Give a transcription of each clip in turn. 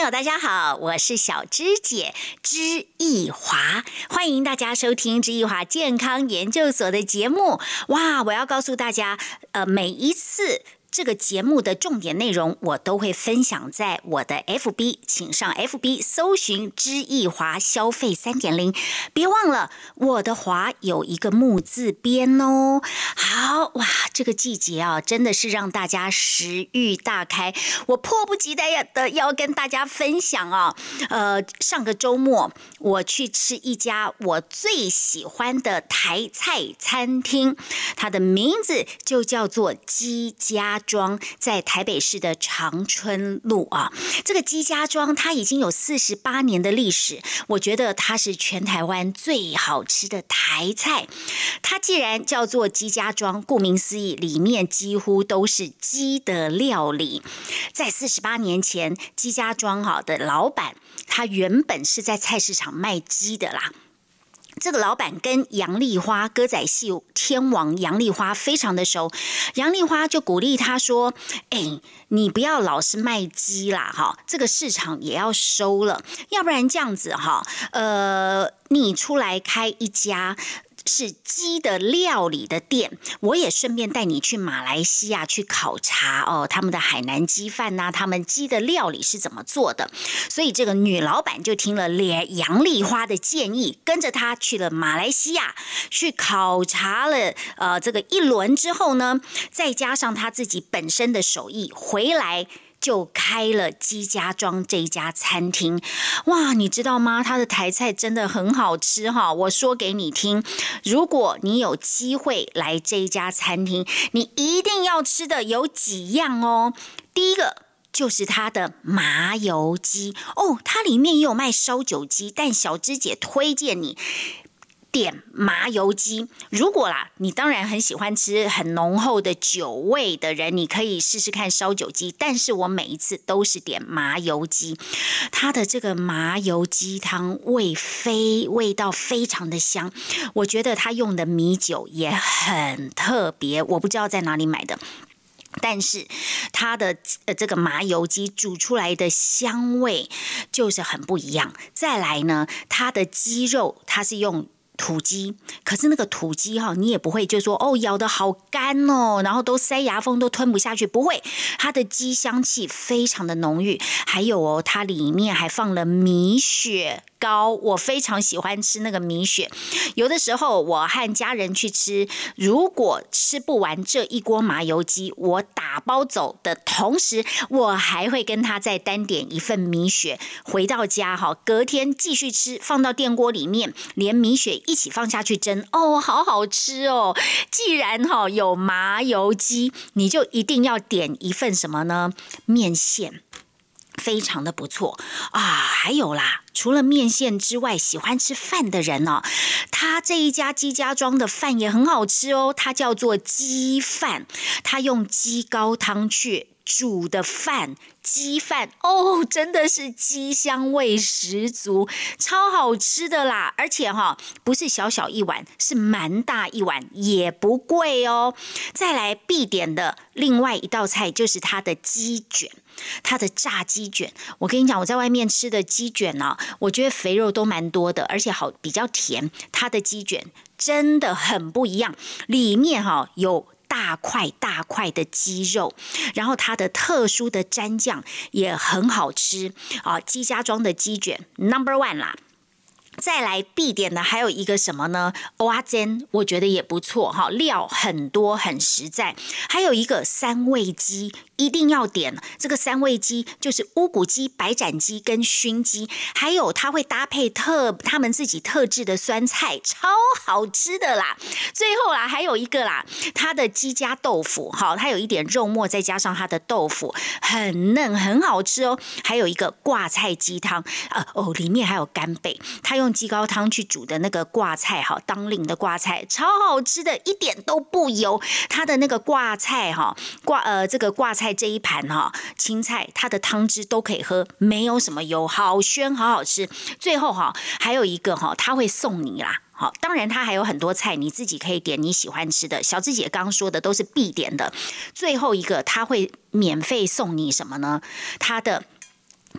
友大家好，我是小芝姐芝艺华，欢迎大家收听芝艺华健康研究所的节目。哇，我要告诉大家，每一次这个节目的重点内容我都会分享在我的 FB， 请上 FB 搜寻芝艺华消费 3.0， 别忘了我的华有一个木字边哦。好哇，这个季节啊，真的是让大家食欲大开，我迫不及待的要跟大家分享啊。上个周末我去吃一家我最喜欢的台菜餐厅，它的名字就叫做姬家庄，在台北市的长春路啊。这个姬家庄它已经有48年的历史，我觉得它是全台湾最好吃的台菜。它既然叫做姬家庄，顾名思义，里面几乎都是鸡的料理。在48年前，姬家庄的老板，他原本是在菜市场卖鸡的啦。这个老板跟杨丽花歌仔戏天王杨丽花非常的熟，杨丽花就鼓励他说：“你不要老是卖鸡啦，这个市场也要收了，要不然这样子你出来开一家是鸡的料理的店，我也顺便带你去马来西亚去考察他们的海南鸡饭他们鸡的料理是怎么做的。”所以这个女老板就听了杨丽花的建议，跟着她去了马来西亚，去考察了这个一轮之后呢，再加上她自己本身的手艺，回来就开了姬家庄这一家餐厅。哇，你知道吗？它的台菜真的很好吃哈！我说给你听，如果你有机会来这一家餐厅，你一定要吃的有几样哦。第一个就是它的麻油鸡它里面也有卖烧酒鸡，但小芝姐推荐你点麻油鸡。如果你当然很喜欢吃很浓厚的酒味的人，你可以试试看烧酒鸡，但是我每一次都是点麻油鸡。它的这个麻油鸡汤味道非常的香，我觉得它用的米酒也很特别，我不知道在哪里买的，但是它的这个麻油鸡煮出来的香味就是很不一样。再来呢，它的鸡肉它是用土鸡，可是那个土鸡你也不会就说咬得好干然后都塞牙缝都吞不下去，不会，它的鸡香气非常的浓郁，还有它里面还放了米血糕，我非常喜欢吃那个米血。有的时候我和家人去吃，如果吃不完这一锅麻油鸡，我打包走的同时，我还会跟他再单点一份米血，回到家隔天继续吃，放到电锅里面，连米血一起放下去蒸，好好吃哦。既然有麻油鸡，你就一定要点一份什么呢？面线。非常的不错还有啦，除了面线之外，喜欢吃饭的人他这一家姬家庄的饭也很好吃它叫做鸡饭，他用鸡高汤去煮的饭，鸡饭真的是鸡香味十足，超好吃的啦！而且不是小小一碗，是蛮大一碗，也不贵再来必点的另外一道菜就是它的鸡卷，它的炸鸡卷。我跟你讲，我在外面吃的鸡卷我觉得肥肉都蛮多的，而且比较甜。它的鸡卷真的很不一样，里面有大块大块的鸡肉，然后它的特殊的蘸酱也很好吃姬家庄的鸡卷 No.1 啦。再来必点的还有一个什么呢？蚵仔煎，我觉得也不错料很多很实在。还有一个三味鸡，一定要点。这个三味鸡就是乌骨鸡、白斩鸡跟熏鸡，还有它会搭配他们自己特制的酸菜，超好吃的啦。最后还有一个啦，它的鸡家豆腐它有一点肉末，再加上它的豆腐很嫩，很好吃还有一个挂菜鸡汤里面还有干贝，它用鸡高汤去煮的那个挂菜当令的挂菜超好吃的，一点都不油。它的那个挂菜这个挂菜这一盘青菜，它的汤汁都可以喝，没有什么油，好鲜好好吃。最后还有一个它会送你啦。当然它还有很多菜，你自己可以点你喜欢吃的。小芝姐刚刚说的都是必点的。最后一个它会免费送你什么呢？它的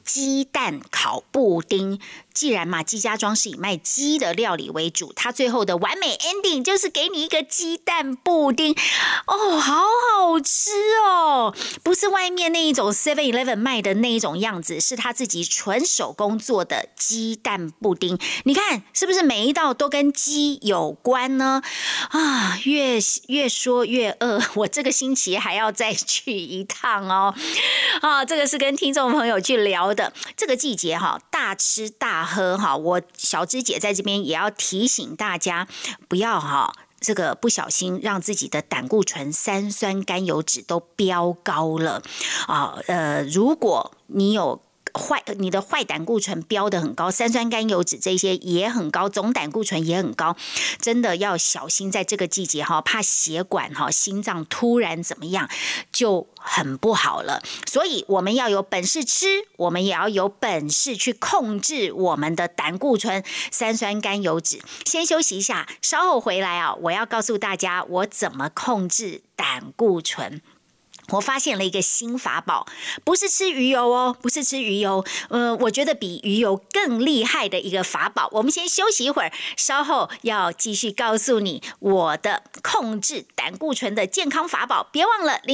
鸡蛋烤布丁。既然嘛，鸡家庄是以卖鸡的料理为主，它最后的完美 ending 就是给你一个鸡蛋布丁，哦，好好吃哦！不是外面那一种 7-Eleven 卖的那一种样子，是他自己纯手工做的鸡蛋布丁。你看是不是每一道都跟鸡有关呢？啊，越说越饿，我这个星期还要再去一趟哦。啊，这个是跟听众朋友去聊的。这个季节哈，大吃大喝哈，我小芝姐在这边也要提醒大家，不要哈。这个不小心让自己的胆固醇、三酸甘油酯都飙高了啊！如果你的坏胆固醇标得很高，三酸甘油酯这些也很高，总胆固醇也很高，真的要小心，在这个季节哈，怕血管哈、心脏突然怎么样就很不好了。所以我们要有本事吃，我们也要有本事去控制我们的胆固醇、三酸甘油酯。先休息一下，稍后回来啊，我要告诉大家我怎么控制胆固醇。我发现了一个新法宝，不是吃鱼油哦，不是吃鱼油，我觉得比鱼油更厉害的一个法宝。我们先休息一会儿，稍后要继续告诉你我的控制胆固醇的健康法宝。别忘了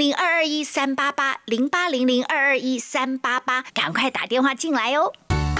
0800221388，0800221388，赶快打电话进来哦。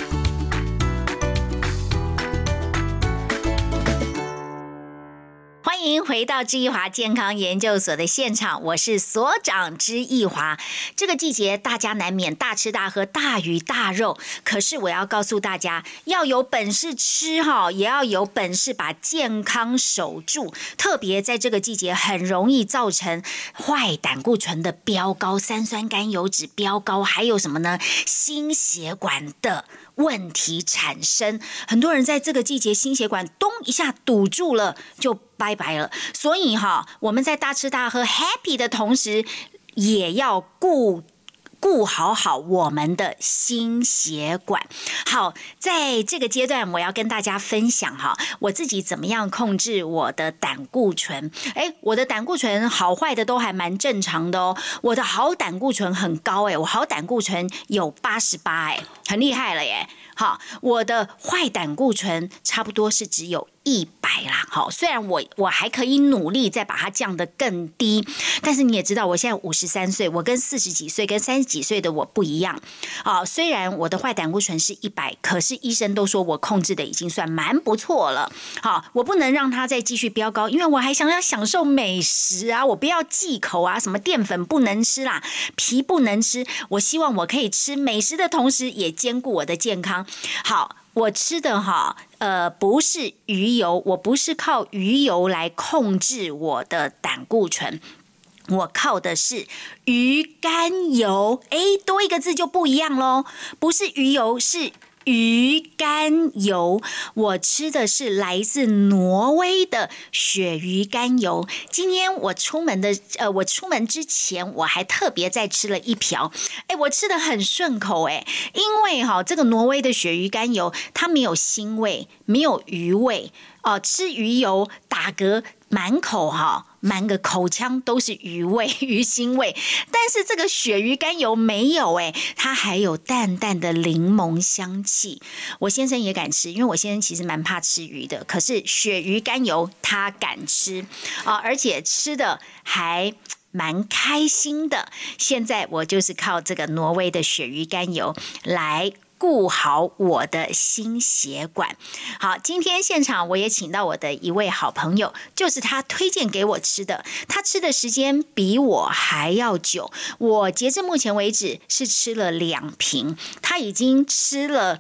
欢迎回到知易华健康研究所的现场，我是所长知易华。这个季节大家难免大吃大喝、大鱼大肉，可是我要告诉大家，要有本事吃哈，也要有本事把健康守住。特别在这个季节，很容易造成坏胆固醇的飙高、三酸甘油酯飙高，还有什么呢？心血管的问题产生。很多人在这个季节心血管咚一下堵住了，就拜拜了。所以我们在大吃大喝 happy 的同时，也要顾好我们的心血管。好，在这个阶段我要跟大家分享我自己怎么样控制我的胆固醇。我的胆固醇好坏的都还蛮正常的哦。我的好胆固醇很高我好胆固醇有88很厉害了耶。好，我的坏胆固醇差不多是只有100啦。好，虽然我还可以努力再把它降得更低，但是你也知道我现在53岁，我跟40几岁跟30几岁的我不一样。虽然我的坏胆固醇是100，可是医生都说我控制的已经算蛮不错了。好，我不能让它再继续飙高，因为我还想要享受美食啊，我不要忌口啊，什么淀粉不能吃啦，皮不能吃，我希望我可以吃美食的同时也兼顾我的健康。好，我吃的不是鱼油，我不是靠鱼油来控制我的胆固醇，我靠的是鱼肝油。多一个字就不一样咯，不是鱼油，是鱼肝油。我吃的是来自挪威的鳕鱼肝油。今天我出门之前我还特别再吃了一瓢，我吃的很顺口因为这个挪威的鳕鱼肝油它没有腥味，没有鱼味吃鱼油打嗝满个口腔都是鱼味、鱼腥味，但是这个鳕鱼肝油没有它还有淡淡的柠檬香气。我先生也敢吃，因为我先生其实蛮怕吃鱼的，可是鳕鱼肝油他敢吃而且吃的还蛮开心的。现在我就是靠这个挪威的鳕鱼肝油来顾好我的心血管。好，今天现场我也请到我的一位好朋友，就是他推荐给我吃的，他吃的时间比我还要久，我截至目前为止是吃了2瓶，他已经吃了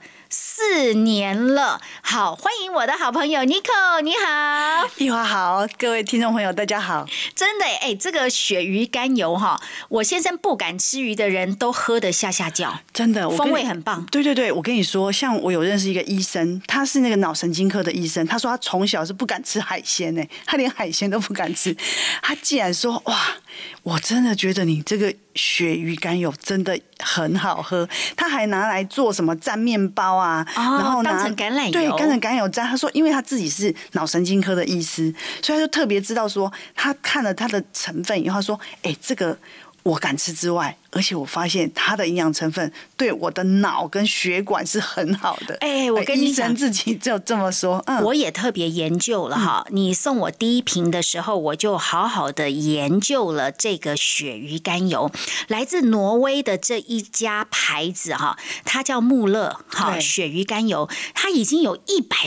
4年了。好，欢迎我的好朋友 Nico， 你好。 易华好，各位听众朋友大家好。 真的这个鳕鱼肝油我先生不敢吃鱼的人都喝得下叫， 真的风味很棒。 对，我跟你说，像我有认识一个医生，他是那个脑神经科的医生，他说他从小是不敢吃海鲜他连海鲜都不敢吃。他竟然说哇，我真的觉得你这个鳕鱼肝油真的很好喝，他还拿来做什么蘸面包啊，然后当成橄榄油， 对，当成橄榄油蘸。他说因为他自己是脑神经科的医师，所以他就特别知道说，他看了他的成分以后，他说这个我敢吃之外， 而且我发现它的营养成分对我的脑跟血管是很好的。 我跟你讲， 医生自己就这么说。 我也特别研究了哈。你送我第一瓶的时候，我就好好的研究了这个鳕鱼肝油，来自挪威的这一家牌子哈，它叫穆勒哈鳕鱼肝油，它已经有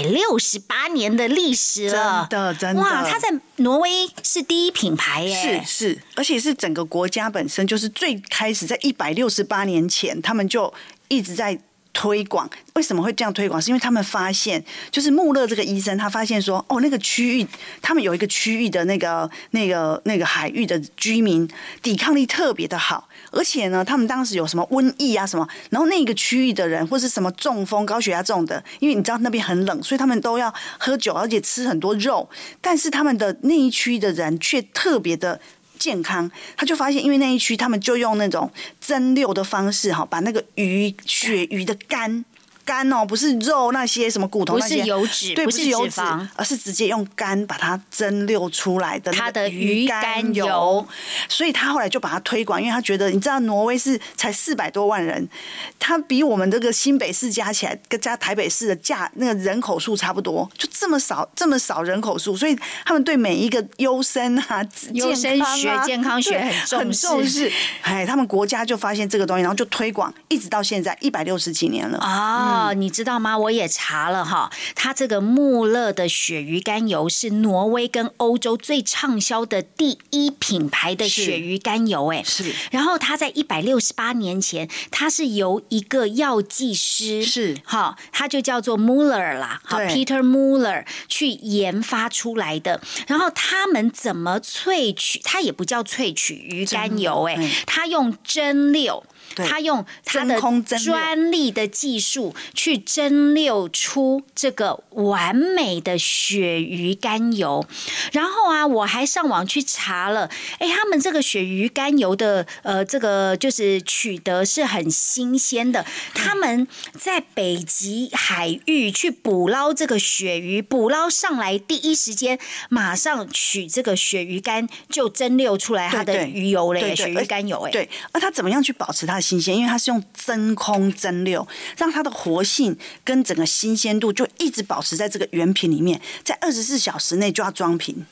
168年的历史了， 真的哇！它在挪威是第一品牌耶， 是，而且是整个国家本身就是最开始在168年前，他们就一直在推广。为什么会这样推广？是因为他们发现，就是穆勒这个医生，他发现说，那个区域，他们有一个区域的那个海域的居民抵抗力特别的好，而且呢，他们当时有什么瘟疫啊什么，然后那个区域的人或是什么中风、高血压这种的，因为你知道那边很冷，所以他们都要喝酒，而且吃很多肉，但是他们的那一区的人却特别的健康。他就发现，因为那一区他们就用那种蒸馏的方式把那个鳕鱼的肝不是肉那些什么骨头那些， 不是油脂， 对， 不是油脂，而是直接用肝把它蒸馏出来的它的鱼肝油。所以他后来就把它推广，因为他觉得，你知道挪威是才400多万人，他比我们这个新北市加起来加台北市的那个人口数差不多，就这么少人口数，所以他们对每一个优生啊、 优生学、健康学很重视。 他们国家就发现这个东西，然后就推广，一直到现在160几年了。 你知道吗？我也查了哈，它这个穆勒的鳕鱼肝油是挪威跟欧洲最畅销的第一品牌的鳕鱼肝油， 是。 然后它在168年前，它是由一个药剂师他就叫做 Muller 啦，Peter Muller 去研发出来的。然后他们怎么萃取？它也不叫萃取鱼肝油，它用蒸馏。他用他的专利的技术去蒸馏出这个完美的鳕鱼肝油，然后我还上网去查了，他们这个鳕鱼肝油的这个就是取得是很新鲜的，他们在北极海域去捕捞这个鳕鱼，捕捞上来第一时间马上取这个鳕鱼肝就蒸馏出来它的鱼油嘞，鳕鱼肝油对，而它怎么样去保持它的新鲜？因为它是用真空蒸馏，让它的活性跟整个新鲜度就一直保持在这个原瓶里面，在24小时内就要装瓶。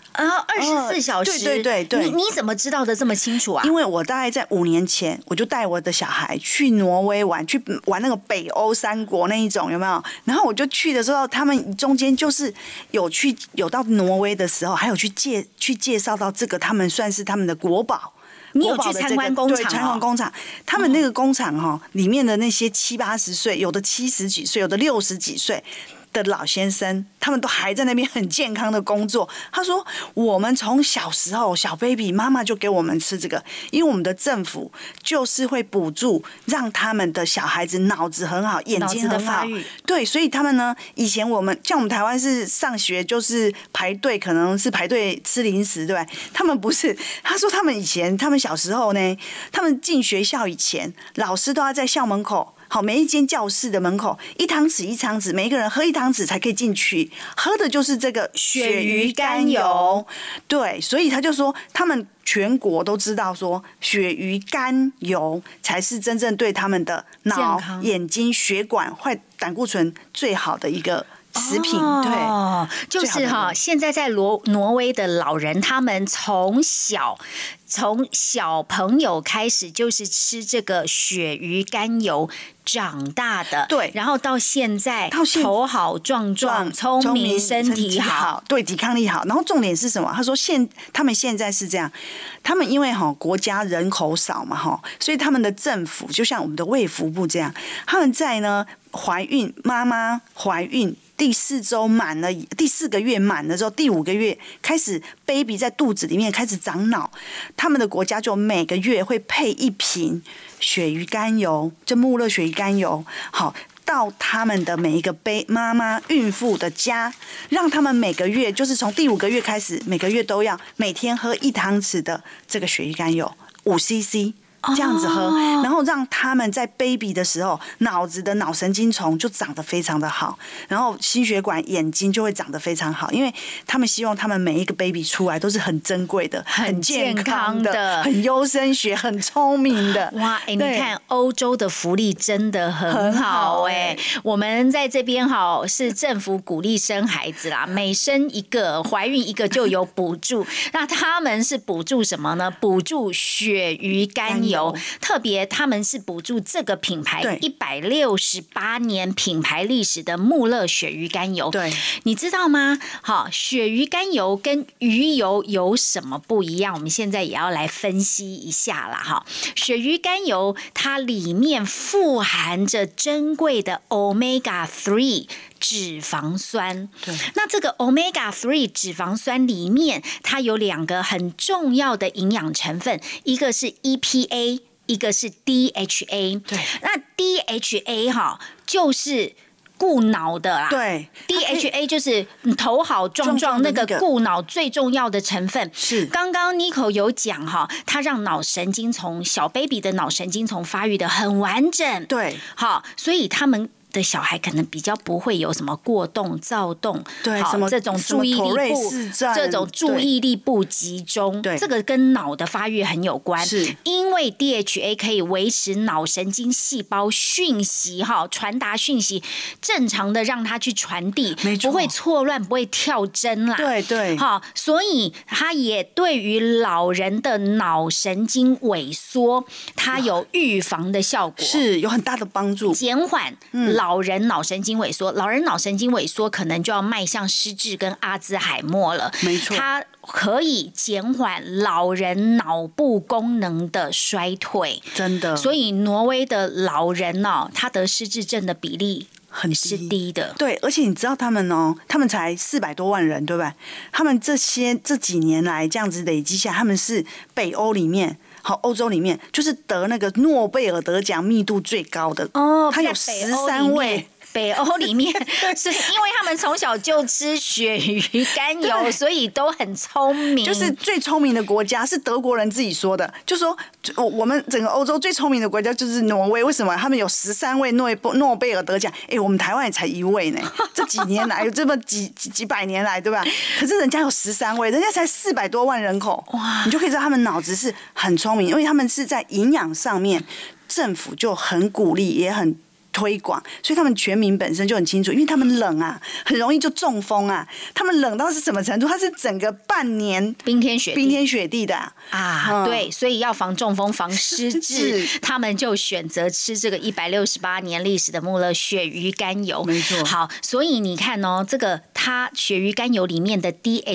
24小时， 对， 你怎么知道的这么清楚啊？ 因为我大概在5年前，我就带我的小孩去挪威玩，去玩那个北欧3国那一种，有没有？然后我就去的时候，他们中间就是有到挪威的时候，还有去介绍到这个，他们算是他们的国宝。 你有去参观工厂？ 对，参观工厂。他们那个工厂里面的那些70、80岁，有的70几岁，有的60几岁的老先生，他们都还在那边很健康的工作。他说，我们从小时候小 baby 妈妈就给我们吃这个，因为我们的政府就是会补助让他们的小孩子脑子很好，眼睛很好，对，所以他们呢，以前我们像我们台湾是上学就是排队，可能是排队吃零食，对吧？他们不是。他说他们以前他们小时候呢，他们进学校以前，老师都要在校门口。每一间教室的门口1汤匙1汤匙，每一个人喝1汤匙才可以进去，喝的就是这个鳕鱼肝油。对，所以他就说，他们全国都知道说，鳕鱼肝油才是真正对他们的脑、眼睛、血管、坏胆固醇最好的一个食品。对， 就是现在在挪威的老人，他们从小朋友开始就是吃这个鳕鱼肝油长大的， 对， 然后到现在头好壮壮，聪明，身体好， 对，抵抗力好。然后重点是什么？他说他们现在是这样，他们因为国家人口少嘛所以他们的政府就像我们的卫福部这样，他们在呢妈妈怀孕。第4个月满了之后，第5个月开始 ，baby 在肚子里面开始长脑，他们的国家就每个月会配1瓶鳕鱼肝油，就穆勒鳕鱼肝油，到他们的每一个妈妈、孕妇的家，让他们每个月就是从第5个月开始，每个月都要每天喝1汤匙的这个鳕鱼肝油，5cc。 这样子喝，然后让他们在 baby 的时候脑子的脑神经丛就长得非常的好，然后心血管、眼睛就会长得非常好，因为他们希望他们每一个 baby 出来都是很珍贵的、很健康的、很优生学、很聪明的。 哇，你看欧洲的福利真的很好我们在这边是政府鼓励生孩子啦，每生一个、怀孕一个就有补助。那他们是补助什么呢？补助鳕鱼肝油，特别他们是补助这个品牌168年品牌历史的穆勒鳕鱼肝油。 对， 你知道吗？鳕鱼肝油跟鱼油有什么不一样？我们现在也要来分析一下啦。鳕鱼肝油它里面富含着珍贵的 Omega-3 脂肪酸。 对， 那这个 Omega-3 脂肪酸里面，它有2个很重要的营养成分，一个是 EPA， 一个是 DHA。 对， 那 DHA 就是顾脑的啦。 对 ，DHA 就是头好壮壮那个顾脑最重要的成分。 是， 刚刚 Nico 有讲它让脑神经丛小 baby 的脑神经丛发育的很完整。 对， 所以他们的小孩可能比较不会有什么过动、躁动， 对，什么这种注意力不集中， 对， 这个跟脑的发育很有关。 是， 因为 DHA 可以维持脑神经细胞讯息传达讯息，正常的让它去传递，不会错乱，不会跳针啦。 对对， 所以它也对于老人的脑神经萎缩，它有预防的效果， 是有很大的帮助， 减缓老人脑神经萎缩。老人脑神经萎缩可能就要迈向失智跟阿兹海默了。 没错， 它可以减缓老人脑部功能的衰退， 真的。 所以挪威的老人他得失智症的比例很是低的。 对，而且你知道他们才400多万人，对吧？他们这几年来这样子累积下，他们是北欧里面。欧洲里面就是得那个诺贝尔得奖密度最高的它有13位。 北欧里面，是因为他们从小就吃鳕鱼肝油，所以都很聪明。 就是最聪明的国家是德国人自己说的，就说我们整个欧洲最聪明的国家就是挪威。为什么？他们有13位诺贝尔得奖，我们台湾也才1位呢。这几年来，有这么几百年来，对吧？可是人家有13位，人家才400多万人口，哇！你就可以知道他们脑子是很聪明，因为他们是在营养上面，政府就很鼓励，也很推广，所以他们全民本身就很清楚，因为他们冷啊，很容易就中风啊。他们冷到是什么程度？它是整个半年冰天雪地的对，所以要防中风、防失智，他们就选择吃这个168年历史的穆勒鳕鱼肝油。 没错。 好，所以你看这个它鳕鱼肝油里面的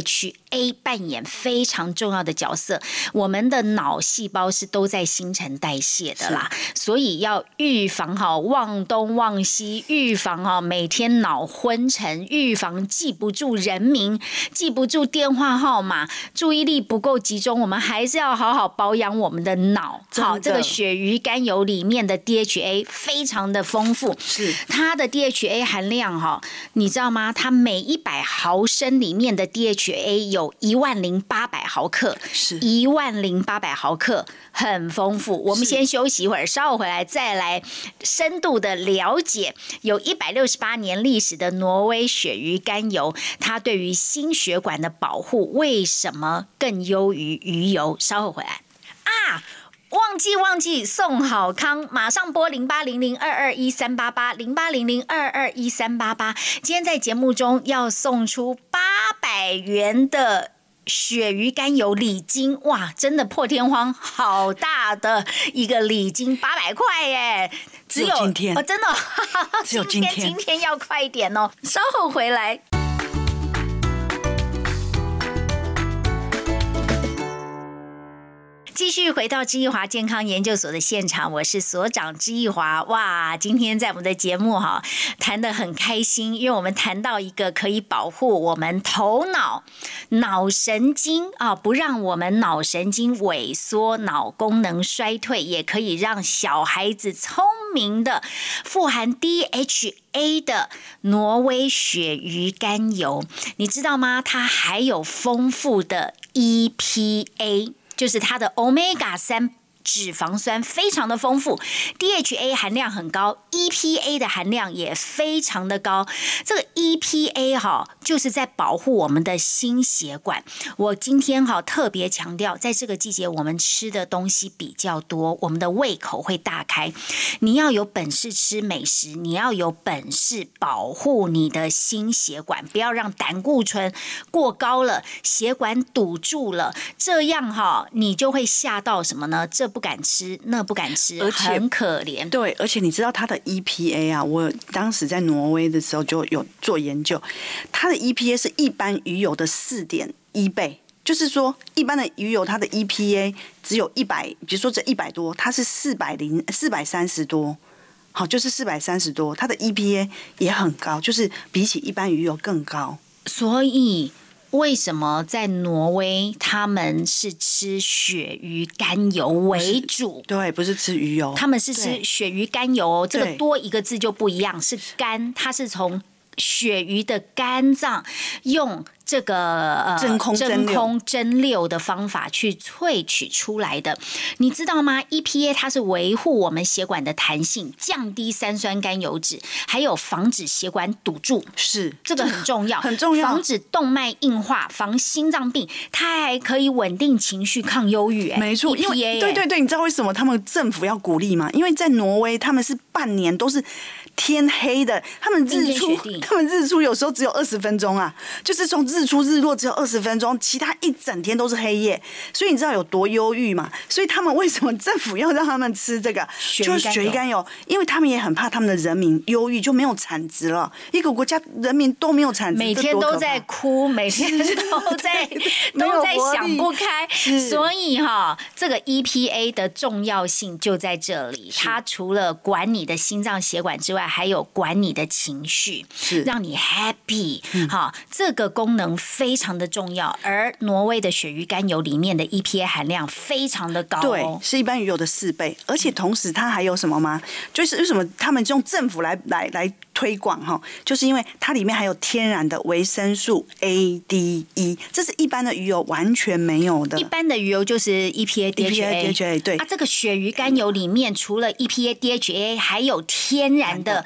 DHA 扮演非常重要的角色。我们的脑细胞是都在新陈代谢的啦，所以要预防忘东忘西，预防每天脑昏沉，预防记不住人名、记不住电话号码、注意力不够集中。我们还是要好好保养我们的脑。好，这个鳕鱼肝油里面的 DHA 非常的丰富， 是它的 DHA 含量你知道吗？它每100毫升里面的 DHA 有10800毫克， 是 10800毫克，很丰富。我们先休息一会儿，稍后回来再来深度的了解有168年历史的挪威鳕鱼肝油，它对于心血管的保护为什么更优于鱼油？稍后回来啊！忘记送好康，马上拨08002213880800221388。今天在节目中要送出800元的鳕鱼肝油礼金，哇，真的破天荒，好大的一个礼金，800块耶！ 只有今天真的， 只有今天要快一点哦，稍后回来。继续回到知易华健康研究所的现场，我是所长知易华。哇，今天在我们的节目谈得很开心，因为我们谈到一个可以保护我们头脑、脑神经不让我们脑神经萎缩、脑功能衰退，也可以让小孩子聪明的富含 DHA 的挪威鳕鱼肝油，你知道吗？它还有丰富的 EPA。就是它的 Omega-3 脂肪酸非常的丰富 ，DHA 含量很高 ，EPA 的含量也非常的高。这个 EPA 就是在保护我们的心血管。我今天特别强调，在这个季节我们吃的东西比较多，我们的胃口会大开。你要有本事吃美食，你要有本事保护你的心血管，不要让胆固醇过高了，血管堵住了，这样你就会吓到什么呢？这不敢吃，那不敢吃，而且很可怜。 对，而且你知道它的 EPA 啊，我当时在挪威的时候就有做研究，它的 EPA 是一般鱼油的4.1倍。就是说，一般的鱼油它的 EPA 只有100，比如说这100多，它是430多，好，就是430多，它的 EPA 也很高，就是比起一般鱼油更高。 所以为什么在挪威他们是吃鳕鱼肝油为主？ 对，不是吃鱼油， 他们是吃鳕鱼肝油哦。这个多一个字就不一样，是肝，它是从鳕鱼的肝脏用这个真空蒸馏的方法去萃取出来的，你知道吗 ？EPA 它是维护我们血管的弹性，降低三酸甘油酯，还有防止血管堵住， 是这个很重要， 很重要， 防止动脉硬化，防心脏病，它还可以稳定情绪、抗忧郁。 没错，因为对，你知道为什么他们政府要鼓励吗？因为在挪威，他们是半年都是天黑的，他们日出有时候只有20分钟啊，就是从日出日落只有20分钟，其他一整天都是黑夜，所以你知道有多忧郁嘛？所以他们为什么政府要让他们吃这个就是鳕鱼肝油？因为他们也很怕他们的人民忧郁就没有产值了，一个国家人民都没有产值， 每天都在哭，每天都在想不开，所以这个 EPA 的重要性就在这里，它除了管你的心脏血管之外，还有管你的情绪，让你 happy，这个功能非常的重要。而挪威的鳕鱼肝油里面的 EPA 含量非常的高， 对，是一般鱼油的4倍。而且同时它还有什么吗？就是为什么他们用政府来推广就是因为它里面还有天然的维生素 ADE， 这是一般的鱼油完全没有的。 一般的鱼油就是 EPA、DHA， 对。 这个鳕鱼肝油里面除了 EPA、DHA， 还有天然的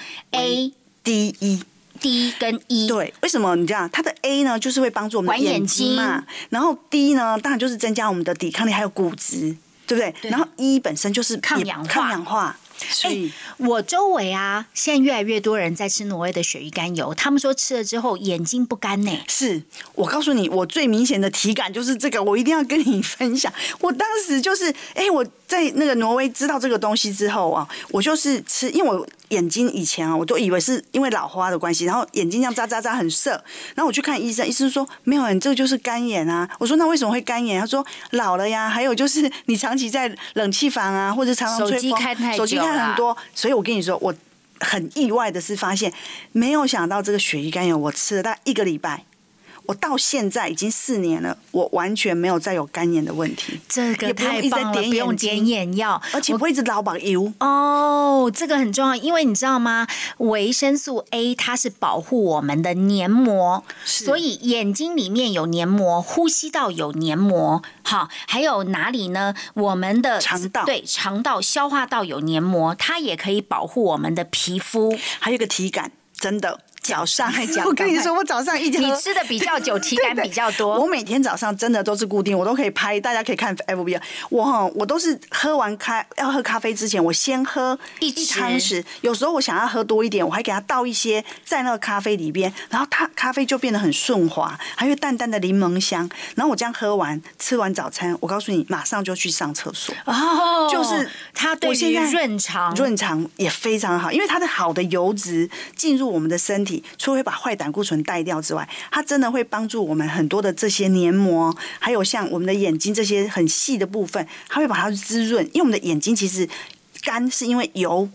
ADE。D 跟 E 对，为什么你这样？它的 A 呢，就是会帮助我们的眼睛嘛，然后 D 呢，当然就是增加我们的抵抗力，还有骨质，对不对？然后 E 本身就是抗氧化。 所以我周围现在越来越多人在吃挪威的鳕鱼肝油，他们说吃了之后眼睛不干呢。 是我告诉你，我最明显的体感就是这个，我一定要跟你分享。我当时就是，我在那个挪威知道这个东西之后啊，我就是吃，因为我眼睛以前我都以为是因为老花的关系，然后眼睛这样扎很涩，然后我去看医生，医生说没有，你这个就是干眼啊。我说那为什么会干眼？他说老了呀，还有就是你长期在冷气房啊，或者常常吹风， 手机看太久了， 很多，所以我跟你说，我很意外的是发现，没有想到这个鳕鱼肝油我吃了大概1个礼拜，我到现在已经4年了，我完全没有再有干眼的问题。 这个太棒了，不用点眼药， 而且不会一直老把油。 这个很重要，因为你知道吗？维生素 A 它是保护我们的黏膜，所以眼睛里面有黏膜，呼吸道有黏膜，还有哪里呢？我们的肠道， 对，肠道、消化道有黏膜，它也可以保护我们的皮肤， 还有一个体感，真的。早上，我跟你说，我早上一天你吃的比较久，体感比较多。 我每天早上真的都是固定，我都可以拍，大家可以看 FB。我都是要喝咖啡之前，我先喝一汤匙。有时候我想要喝多一点，我还给它倒一些在那个咖啡里边，然后咖啡就变得很顺滑，还有淡淡的柠檬香。然后我这样喝完，吃完早餐，我告诉你，马上就去上厕所。就是它对于润肠也非常好，因为它的好的油脂进入我们的身体。除了会把坏胆固醇带掉之外，它真的会帮助我们很多的这些黏膜，还有像我们的眼睛这些很细的部分，它会把它滋润。因为我们的眼睛其实干是因为油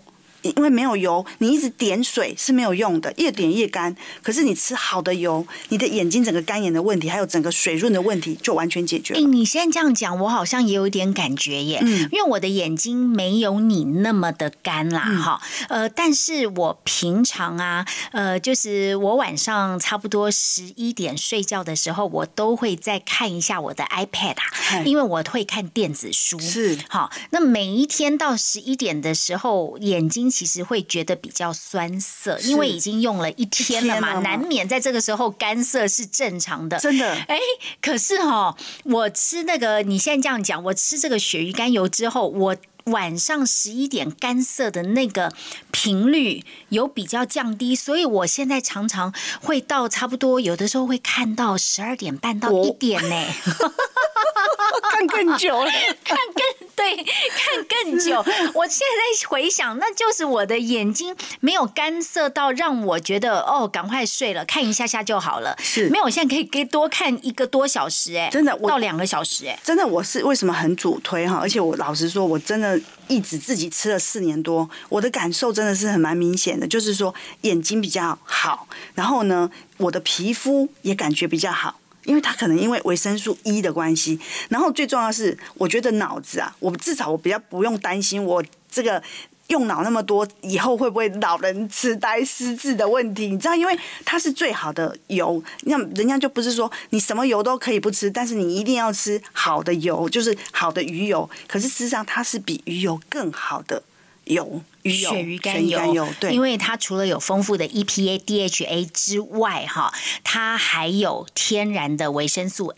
因为没有油，你一直点水是没有用的，越点越干。可是你吃好的油，你的眼睛整个干眼的问题，还有整个水润的问题就完全解决了。 你现在这样讲，我好像也有一点感觉耶，因为我的眼睛没有你那么的干啦，哈，但是我平常啊，就是我晚上差不多11点睡觉的时候，我都会再看一下我的 iPad 啊，因为我会看电子书， 是好，那每一天到11点的时候，眼睛其实会觉得比较酸涩，因为已经用了一天了嘛，难免在这个时候干涩是正常的， 真的。 可是我吃那个，你现在这样讲，我吃这个鳕鱼肝油之后，我晚上11点干涩的那个频率有比较降低，所以我现在常常会到差不多，有的时候会看到12点半到1点呢。 看更久了， 看更久。我现在回想，那就是我的眼睛没有干涩到让我觉得赶快睡了，看一下下就好了。 是没有，我现在可以多看1个多小时， 真的到2个小时， 真的我是为什么很主推哈？而且我老实说，我真的一直自己吃了4年多，我的感受真的是蛮明显的，就是说眼睛比较好，然后呢，我的皮肤也感觉比较好。因为它可能因为维生素 E 的关系，然后最重要的是，我觉得脑子啊，至少我比较不用担心我这个用脑那么多，以后会不会老人痴呆失智的问题？你知道，因为它是最好的油，那人家就不是说你什么油都可以不吃，但是你一定要吃好的油，就是好的鱼油。可是事实上，它是比鱼油更好的油。 鳕鱼肝油， 对， 因为它除了有丰富的 EPA、DHA 之外，它还有天然的维生素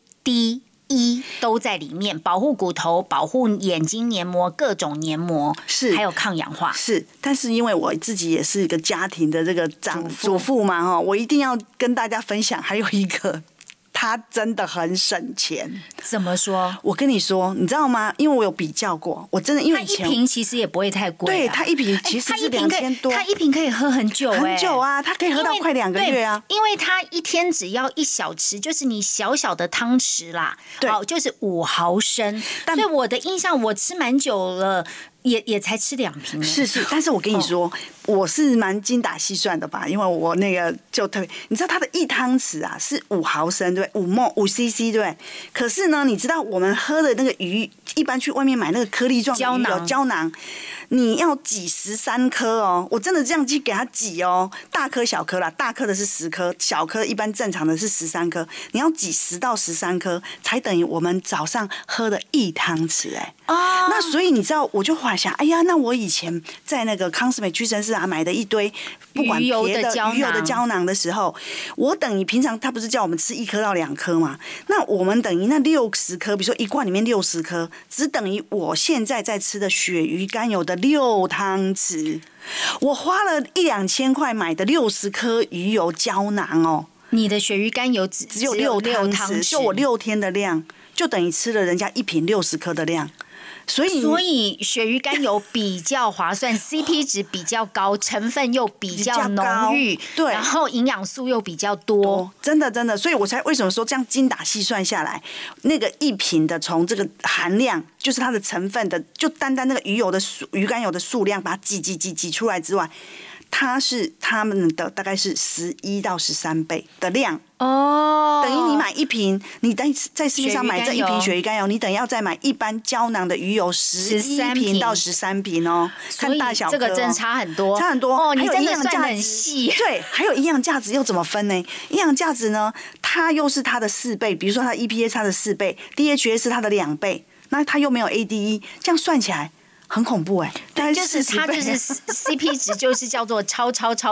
A、D、E 都在里面，保护骨头、保护眼睛黏膜、各种黏膜， 是还有抗氧化。 是，但是因为我自己也是一个家庭的这个主妇嘛，我一定要跟大家分享，还有一个。它真的很省钱。 怎么说？ 我跟你说，你知道吗？因为我有比较过，我真的因为以前它一瓶其实也不会太贵， 对，它一瓶其实是2000多， 它一瓶可以喝很久， 很久啊，它可以喝到快2个月啊。 因为它一天只要1小匙，就是你小小的汤匙啦， 对， 就是5毫升。所以我的印象，我吃蛮久了。也才吃2瓶， 是，但是我跟你说，我是蛮精打细算的吧，因为我那个就特别，你知道它的1汤匙啊是5毫升，对，5 cc 对，可是呢，你知道我们喝的那个鱼，一般去外面买那个颗粒状的鱼油胶囊，你要挤13颗哦，我真的这样去给它挤哦，大颗小颗啦，大颗的是10颗，小颗一般正常的是13颗，你要挤10到13颗，才等于我们早上喝的1汤匙那所以你知道，我就幻想，哎呀，那我以前在那个康斯美屈臣氏买的一堆不管别的鱼油的胶囊的时候，我等于平常他不是叫我们吃1颗到2颗嘛？那我们等于那60颗，比如说1罐里面60颗，只等于我现在在吃的鳕鱼肝油的6汤匙。我花了1-2千块买的60颗鱼油胶囊哦。 你的鳕鱼肝油只有6汤匙，就我6天的量，就等于吃了人家1瓶60颗的量。所以鳕鱼肝油比较划算，CP 值比较高，成分又比较浓郁， 对， 然后营养素又比较多， 真的，所以我才为什么说这样精打细算下来，那个1瓶的从这个含量，就是它的成分的，就单那个鱼肝油的数量，把它挤出来之外，它是他们的大概是11到13倍的量。等于你买1瓶，你在市面上买这1瓶鳕鱼肝油，你等于要再买一般胶囊的鱼油11瓶到13瓶哦，看大小颗这个真差很多， 差很多哦。你真的算得很细， 对，还有营养价值又怎么分呢？营养价值呢，它又是它的4倍，比如说它 EPA 它的4倍 ，DHA 是它的2倍，那它又没有 ADE， 这样算起来。很恐怖就是它就是 CP 值就是叫做超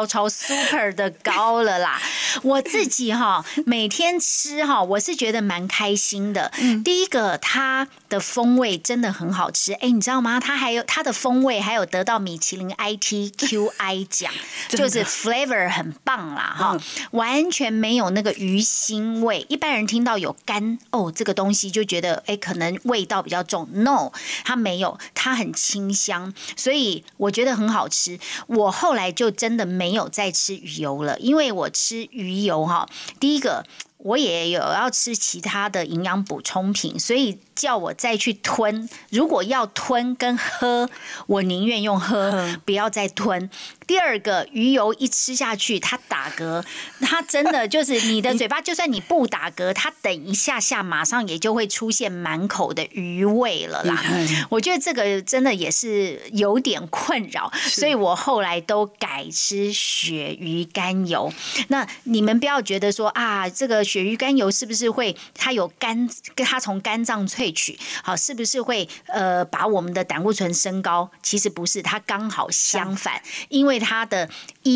super 的高了啦。我自己每天吃我是觉得蛮开心的。第一个它的风味真的很好吃，你知道吗？它还有它的风味还有得到米其林 ITQI 奖，就是 flavor 很棒啦完全没有那个鱼腥味。一般人听到有肝这个东西就觉得可能味道比较重 ，no， 它没有，它很清香，所以我觉得很好吃。我后来就真的没有再吃鱼油了，因为我吃鱼油第一个我也有要吃其他的营养补充品，所以叫我再去吞。如果要吞跟喝，我宁愿用喝，不要再吞。第二个，鱼油一吃下去，它打嗝，它真的就是你的嘴巴，就算你不打嗝，它等一下下马上也就会出现满口的鱼味了啦。我觉得这个真的也是有点困扰，所以我后来都改吃鳕鱼肝油。那你们不要觉得说啊，这个鳕鱼肝油是不是会它有它从肝脏萃取，好，是不是会把我们的胆固醇升高？其实不是，它刚好相反，因为它的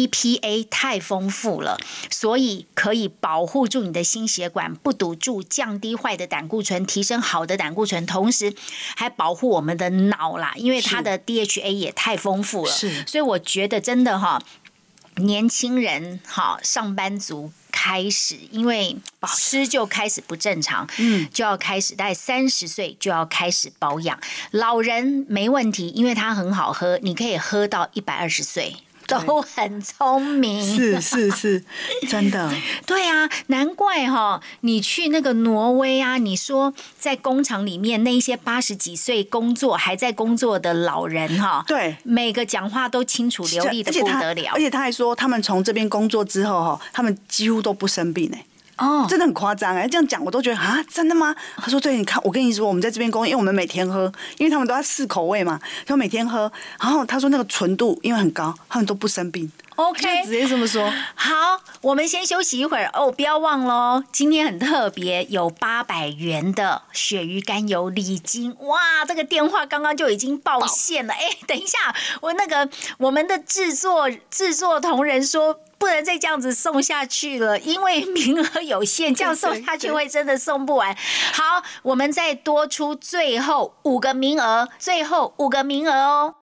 EPA 太丰富了，所以可以保护住你的心血管不堵住，降低坏的胆固醇，提升好的胆固醇，同时还保护我们的脑啦，因为它的 DHA 也太丰富了。所以我觉得真的年轻人上班族开始，因为吃就开始不正常，就要开始大概30岁就要开始保养。老人没问题，因为它很好喝，你可以喝到120岁。都很聪明， 是，真的。 对啊，难怪你去那个挪威啊，你说在工厂里面那些80几岁还在工作的老人对， 每个讲话都清楚流利的不得了， 而且他还说，他们从这边工作之后他们几乎都不生病真的很夸张这样讲我都觉得啊，真的吗？他说对，你看我跟你说，我们在这边工作，因为我们每天喝，因为他们都要试口味嘛，他每天喝，然后他说那个纯度因为很高，他们都不生病。 OK， 直接这么说。 好，我们先休息一会儿不要忘了今天很特别，有800元的鳕鱼肝油礼金。哇，这个电话刚刚就已经报线了。等一下，我们的制作同仁说，不能再这样子送下去了，因为名额有限，这样送下去会真的送不完。好，我们再多出最后5个名额，哦。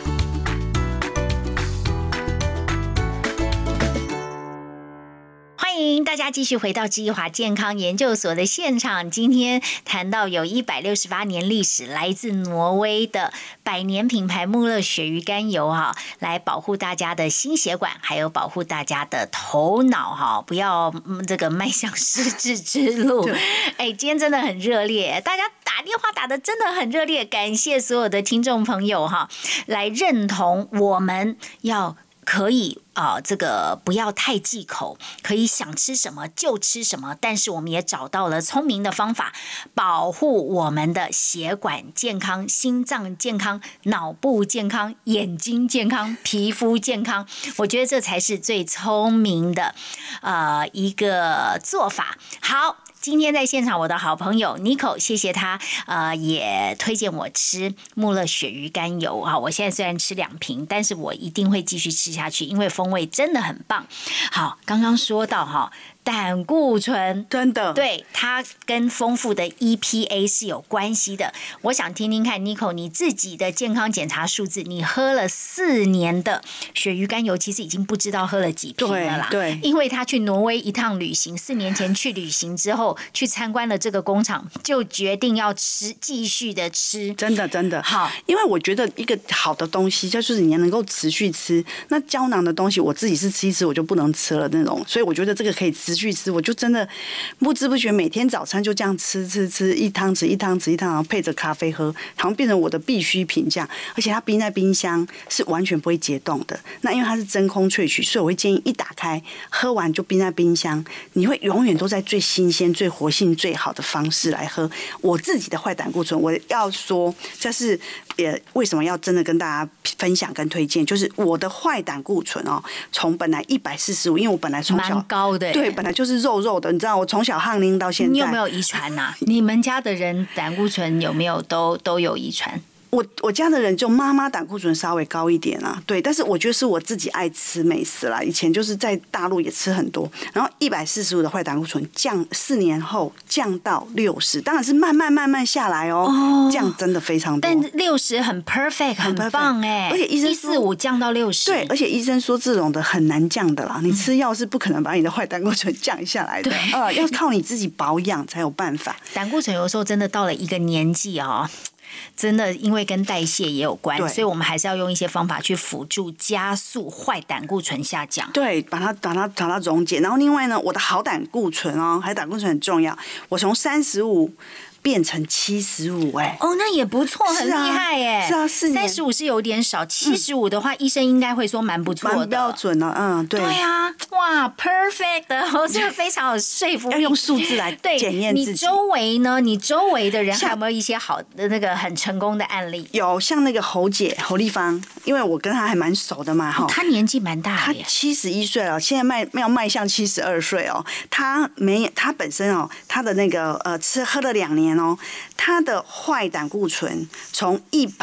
欢迎大家继续回到知易华健康研究所的现场。今天谈到有168年历史，来自挪威的100年品牌穆勒鳕鱼肝油来保护大家的心血管，还有保护大家的头脑不要这个迈向失智之路。今天真的很热烈，大家打电话打得真的很热烈，感谢所有的听众朋友来认同我们要可以这个不要太忌口，可以想吃什么就吃什么，但是我们也找到了聪明的方法，保护我们的血管健康、心脏健康、脑部健康、眼睛健康、皮肤健康。我觉得这才是最聪明的一个做法。好。今天在现场，我的好朋友 Nico， 谢谢他，也推荐我吃穆勒鳕鱼肝油我现在虽然吃2瓶，但是我一定会继续吃下去，因为风味真的很棒。好，刚刚说到胆固醇真的对它跟丰富的 EPA 是有关系的。我想听听看 Nico 你自己的健康检查数字，你喝了4年的鳕鱼肝油，其实已经不知道喝了几瓶了啦。 对， 因为他去挪威一趟旅行，4年前去旅行之后去参观了这个工厂，就决定要继续的吃。 真的好，因为我觉得一个好的东西就是你能够持续吃，那胶囊的东西我自己是吃一吃我就不能吃了那种，所以我觉得这个可以持续吃，我就真的不知不觉每天早餐就这样吃1汤匙，然后配着咖啡喝，好像变成我的必需品这样。而且它冰在冰箱是完全不会解冻的，那因为它是真空萃取，所以我会建议一打开喝完就冰在冰箱，你会永远都在最新鲜、最活性最好的方式来喝。我自己的坏胆固醇，我要说这是为什么要真的跟大家分享跟推荐，就是我的坏胆固醇从本来145，因为我本来从小蛮高的， 对，本来就是肉的，你知道我从小汗淋到现在。 你有没有遗传啊？你们家的人胆固醇有没有都有遗传？ 我家的人就妈妈胆固醇稍微高一点对，但是我觉得是我自己爱吃美食啦。以前就是在大陆也吃很多，然后145的坏胆固醇4年后降到60，当然是慢慢下来降真的非常多。 但60很 perfect， 很棒而且医生说 145降到60， 对，而且医生说这种的很难降的啦，你吃药是不可能把你的坏胆固醇降下来的，要靠你自己保养才有办法。 胆固醇有时候真的到了一个年纪真的，因为跟代谢也有关， 对所以我们还是要用一些方法去辅助加速坏胆固醇下降。 对，把它溶解。然后另外呢，我的好胆固醇哦，好胆固醇很重要，我从35变成75， 哦，那也不错，很厉是啊害耶。 是啊4年 35是有点少，75的话，医生应该会说蛮不错的， 蛮标准的，对。 对啊，哇 ，perfect 的，我这个非常有说服力。 要用数字来检验自己。 你周围呢？你周围的人还有没有一些好的那个很成功的案例？ 有，像那个侯姐侯丽芳，因为我跟她还蛮熟的嘛， 她年纪蛮大的耶， 她71岁了，现在要迈向72岁哦。她本身哦，她的那个喝了2年哦，她的坏胆固醇从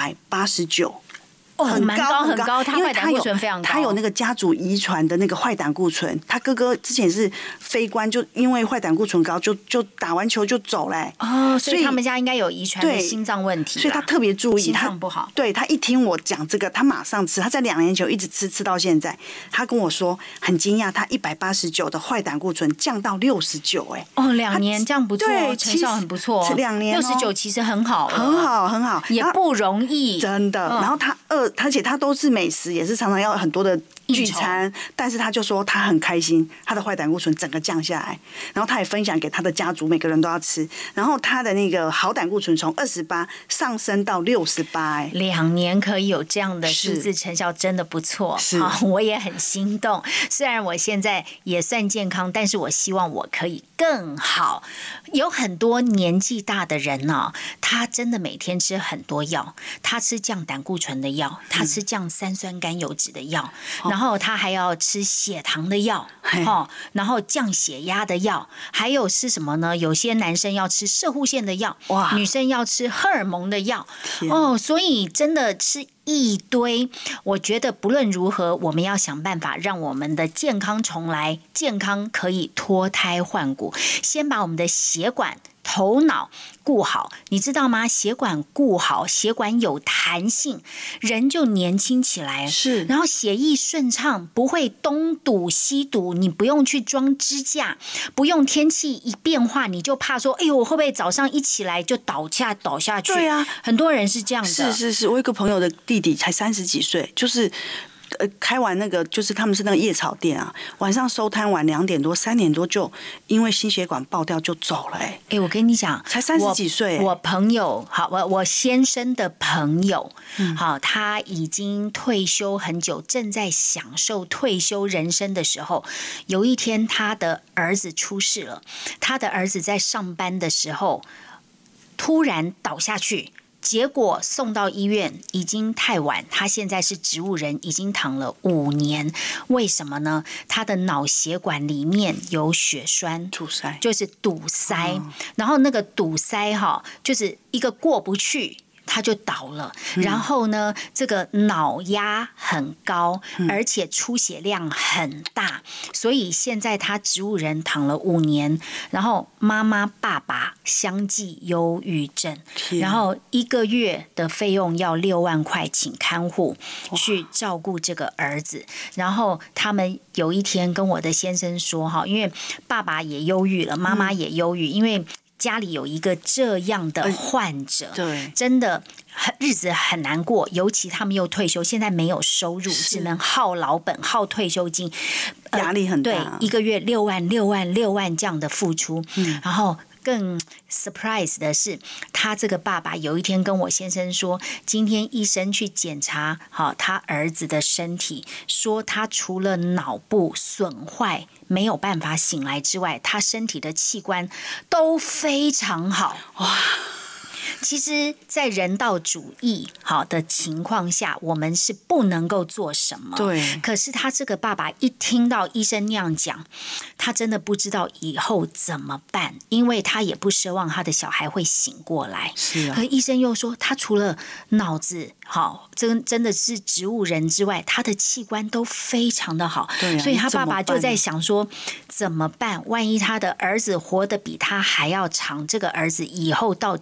189。 蛮高很高，他坏胆固醇非常高。 他有那个家族遗传的那个坏胆固醇，他哥哥之前是飞官，就因为坏胆固醇高，就打完球就走了。 哦，所以他们家应该有遗传的心脏问题， 所以他特别注意， 心脏不好。 对，他一听我讲这个，他马上吃。他在2年前一直吃到现在。他跟我说很惊讶，他189的坏胆固醇降到69。 哦，2年这样不错，成效很不错。 2年 69其实很好， 很好， 也不容易， 真的。然后而且他都是美食，也是常常要很多的聚餐，但是他就说他很开心，他的坏胆固醇整个降下来，然后他也分享给他的家族，每个人都要吃，然后他的那个好胆固醇从28上升到68。 2年可以有这样的数字成效，真的不错。我也很心动。虽然我现在也算健康，但是我希望我可以更好。有很多年纪大的人呢，他真的每天吃很多药，他吃降胆固醇的药，他吃降三酸甘油脂的药，然后他还要吃血糖的药，然后降血压的药，还有是什么呢？有些男生要吃摄护腺的药，女生要吃荷尔蒙的药。所以真的吃一堆。我觉得不论如何，我们要想办法让我们的健康重来，健康可以脱胎换骨。先把我们的血管、头脑顾好，你知道吗？血管顾好，血管有弹性，人就年轻起来。 是， 然后血液顺畅，不会东堵西堵，你不用去装支架，不用天气一变化你就怕说，哎呦，我会不会早上一起来就倒下去？对啊， 很多人是这样的。 是，我有一个朋友的弟弟才30几岁，就是开完那个，就是他们是那个夜草店啊，晚上收摊晚2点多3点多就因为心血管爆掉就走了。 我跟你讲， 才30几岁。 我朋友好，我先生的朋友，好，他已经退休很久，正在享受退休人生的时候，有一天他的儿子出事了，他的儿子在上班的时候突然倒下去。结果送到医院已经太晚，他现在是植物人，已经躺了5年。为什么呢？他的脑血管里面有血栓， 堵塞， 就是堵塞。然后那个堵塞就是一个过不去，他就倒了。然后呢，这个脑压很高，而且出血量很大，所以现在他植物人躺了5年。然后妈妈爸爸相继忧郁症，然后1个月的费用要6万块，请看护去照顾这个儿子。然后他们有一天跟我的先生说，因为爸爸也忧郁了，妈妈也忧郁，因为家里有一个这样的患者， 对， 真的日子很难过，尤其他们又退休，现在没有收入，只能耗老本、耗退休金， 压力很大。 对，1个月6万这样的付出，然后更 surprise 的是，他这个爸爸有一天跟我先生说，今天医生去检查他儿子的身体，说他除了脑部损坏没有办法醒来之外，他身体的器官都非常好。哇！其实在人道主义好的情况下，我们是不能够做什么。 对。 可是他这个爸爸一听到医生那样讲，他真的不知道以后怎么办，因为他也不奢望他的小孩会醒过来。 是啊。 可医生又说，他除了脑子好，真的是植物人之外，他的器官都非常的好。 对啊。 所以他爸爸就在想说，怎么办？万一他的儿子活得比他还要长，这个儿子以后到底谁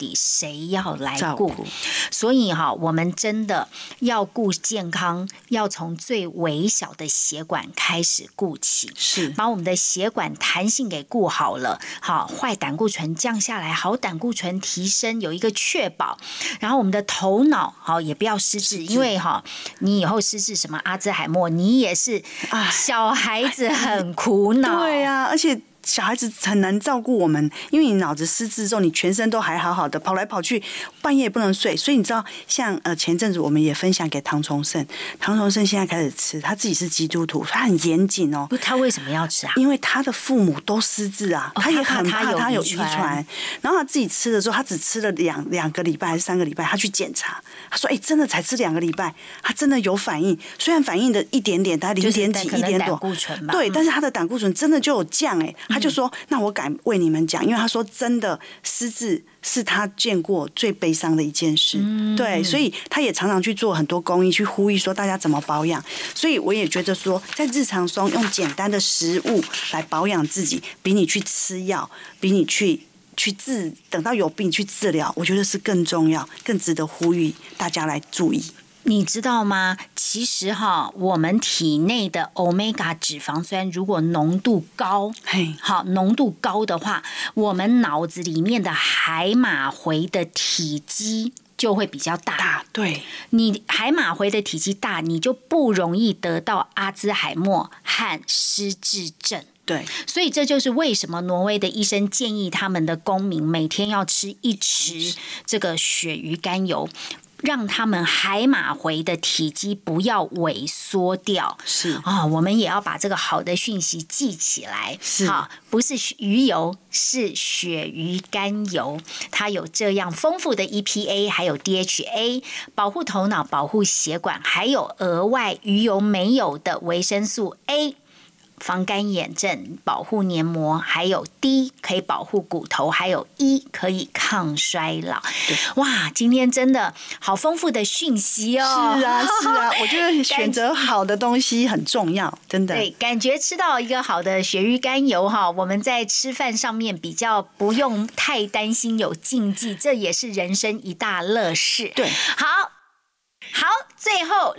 谁要来照顾？ 顾所以我们真的要顾健康，要从最微小的血管开始顾起， 是把我们的血管弹性给顾好了，坏胆固醇降下来，好胆固醇提升，有一个确保。然后我们的头脑也不要失智，因为你以后失智什么阿兹海默，你也是小孩子很苦恼。 对啊，而且小孩子很难照顾我们，因为你脑子失智之后，你全身都还好好的，跑来跑去，半夜也不能睡。所以你知道，像前阵子我们也分享给唐崇盛，唐崇盛现在开始吃，他自己是基督徒，他很严谨哦。 他为什么要吃啊？ 因为他的父母都失智啊，他也很怕他有遗传。然后他自己吃的时候，他只吃了两个礼拜还是3个礼拜，他去检查，他说：“真的才吃2个礼拜，他真的有反应，虽然反应的一点点，大概0点几、1点多，对，但是他的胆固醇真的就有降他就说：“那我敢为你们讲，因为他说真的失智是他见过最悲伤的一件事。对，所以他也常常去做很多公益，去呼吁说大家怎么保养。所以我也觉得说，在日常中用简单的食物来保养自己，比你去吃药，比你去等到有病去治疗，我觉得是更重要、更值得呼吁大家来注意。” 你知道吗？其实我们体内的 omega 脂肪酸如果浓度高，浓度高的话，我们脑子里面的海马回的体积就会比较大。 对， 你海马回的体积大，你就不容易得到阿兹海默和失智症。 对， 所以这就是为什么挪威的医生建议他们的公民每天要吃1匙这个鳕鱼肝油，让他们海马回的体积不要萎缩掉。 是我们也要把这个好的讯息记起来。 是不是鱼油，是鳕鱼肝油，它有这样丰富的 EPA， 还有 DHA， 保护头脑，保护血管，还有额外鱼油没有的维生素 A。防干眼症，保护黏膜，还有 D 可以保护骨头，还有 E 可以抗衰老。哇，今天真的好丰富的讯息哦！ 是啊，我觉得选择好的东西很重要，真的。 对，感觉吃到一个好的鳕鱼肝油我们在吃饭上面比较不用太担心有禁忌，这也是人生一大乐事。 对， 好，最后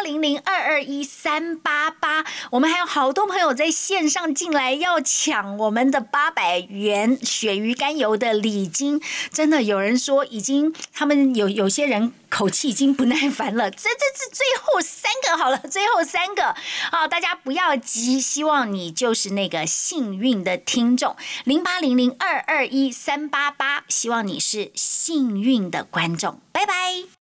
0800221388，我们还有好多朋友在线上进来要抢我们的800元鳕鱼肝油的礼金。真的有人说他们有些人口气已经不耐烦了，这最后3个好了，最后3个大家不要急，希望你就是那个幸运的听众。0800221388，希望你是幸运的观众，拜拜。